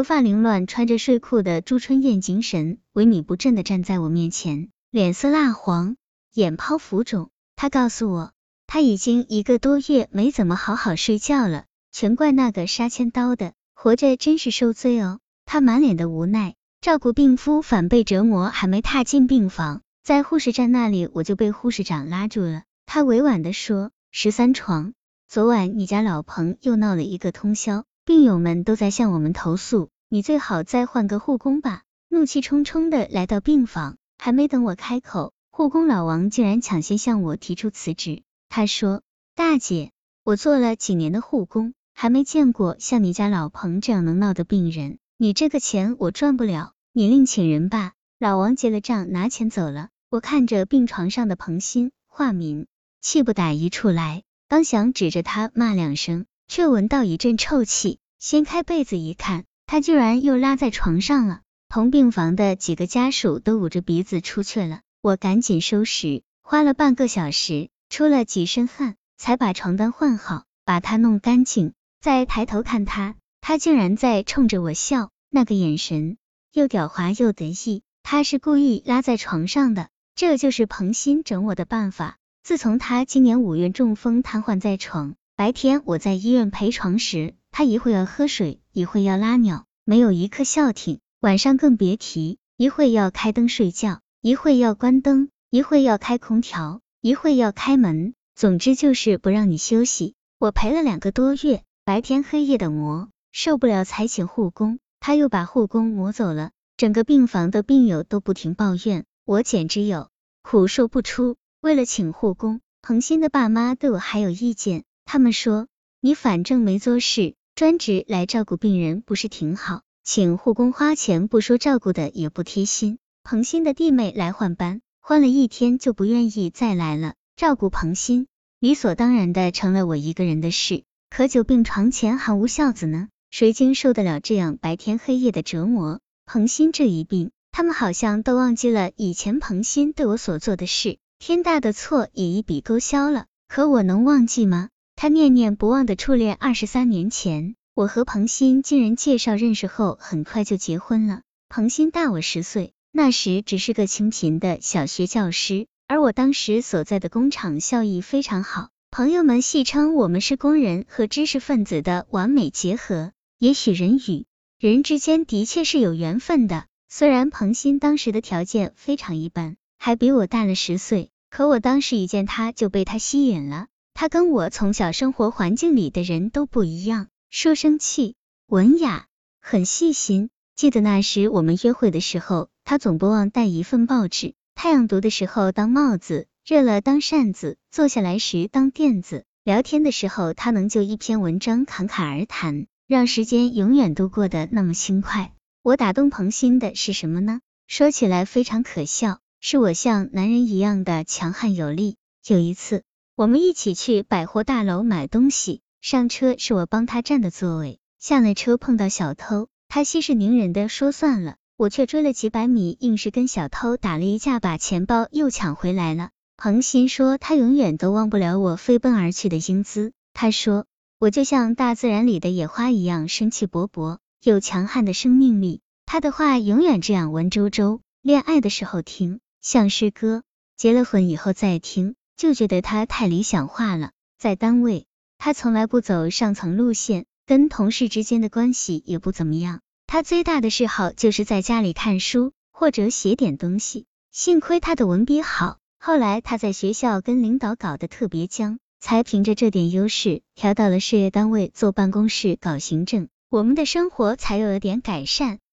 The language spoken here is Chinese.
头发凌乱穿着睡裤的朱春燕精神萎靡不振的站在我面前，脸色蜡黄，眼泡浮肿。她告诉我，她已经1个多月没怎么好好睡觉了，全怪那个杀千刀的，活着真是受罪哦。她满脸的无奈，照顾病夫反被折磨，还没踏进病房，在护士站那里我就被护士长拉住了。她委婉地说，13床，昨晚你家老彭又闹了1个通宵，病友们都在向我们投诉，你最好再换个护工吧。怒气冲冲的来到病房，还没等我开口，护工老王竟然抢先向我提出辞职。他说，大姐，我做了几年的护工，还没见过像你家老彭这样能闹的病人，你这个钱我赚不了，你另请人吧。老王结了账拿钱走了。我看着病床上的彭鑫、华民，气不打一处来，刚想指着他骂2声，却闻到一阵臭气，掀开被子一看，他居然又拉在床上了。同病房的几个家属都捂着鼻子出去了，我赶紧收拾，花了半个小时，出了几身汗，才把床单换好，把他弄干净，再抬头看他，他竟然在冲着我笑，那个眼神又狡猾又得意，他是故意拉在床上的，这就是彭鑫整我的办法。自从他今年5月中风瘫痪在床，白天我在医院陪床时，他一会要喝水，一会要拉尿，没有一刻消停，晚上更别提，一会要开灯睡觉，一会要关灯，一会要开空调，一会要开门，总之就是不让你休息。我陪了2个多月，白天黑夜的磨，受不了才请护工，他又把护工磨走了，整个病房的病友都不停抱怨，我简直有苦说不出。为了请护工，彭鑫的爸妈对我还有意见，他们说，你反正没做事，专职来照顾病人不是挺好，请护工花钱不说，照顾的也不贴心。彭鑫的弟妹来换班，换了1天就不愿意再来了，照顾彭鑫理所当然的成了我一个人的事，可久病床前还无孝子呢，谁经受得了这样白天黑夜的折磨？彭鑫这一病，他们好像都忘记了以前彭鑫对我所做的事，天大的错也一笔勾销了，可我能忘记吗？他念念不忘的初恋23年前，我和彭鑫经人介绍认识后，很快就结婚了。彭鑫大我10岁，那时只是个清贫的小学教师，而我当时所在的工厂效益非常好，朋友们戏称我们是工人和知识分子的完美结合。也许人与人之间的确是有缘分的，虽然彭鑫当时的条件非常一般，还比我大了10岁，可我当时一见他就被他吸引了。他跟我从小生活环境里的人都不一样，书生气、文雅，很细心。记得那时我们约会的时候，他总不忘带一份报纸，太阳毒的时候当帽子，热了当扇子，坐下来时当垫子，聊天的时候他能就一篇文章侃侃而谈，让时间永远都过得那么轻快。我打动彭鑫的是什么呢？说起来非常可笑，是我像男人一样的强悍有力。有一次，我们一起去百货大楼买东西，上车是我帮他占的座位，下了车碰到小偷，他息事宁人的说算了，我却追了几百米，硬是跟小偷打了一架，把钱包又抢回来了。彭鑫说他永远都忘不了我飞奔而去的英姿，他说我就像大自然里的野花一样生气勃勃，有强悍的生命力。他的话永远这样文绉绉，恋爱的时候听像诗歌，结了婚以后再听就觉得他太理想化了。在单位，他从来不走上层路线，跟同事之间的关系也不怎么样。他最大的嗜好就是在家里看书或者写点东西，幸亏他的文笔好，后来他在学校跟领导搞得特别僵，才凭着这点优势调到了事业单位做办公室搞行政，我们的生活才有了点改善。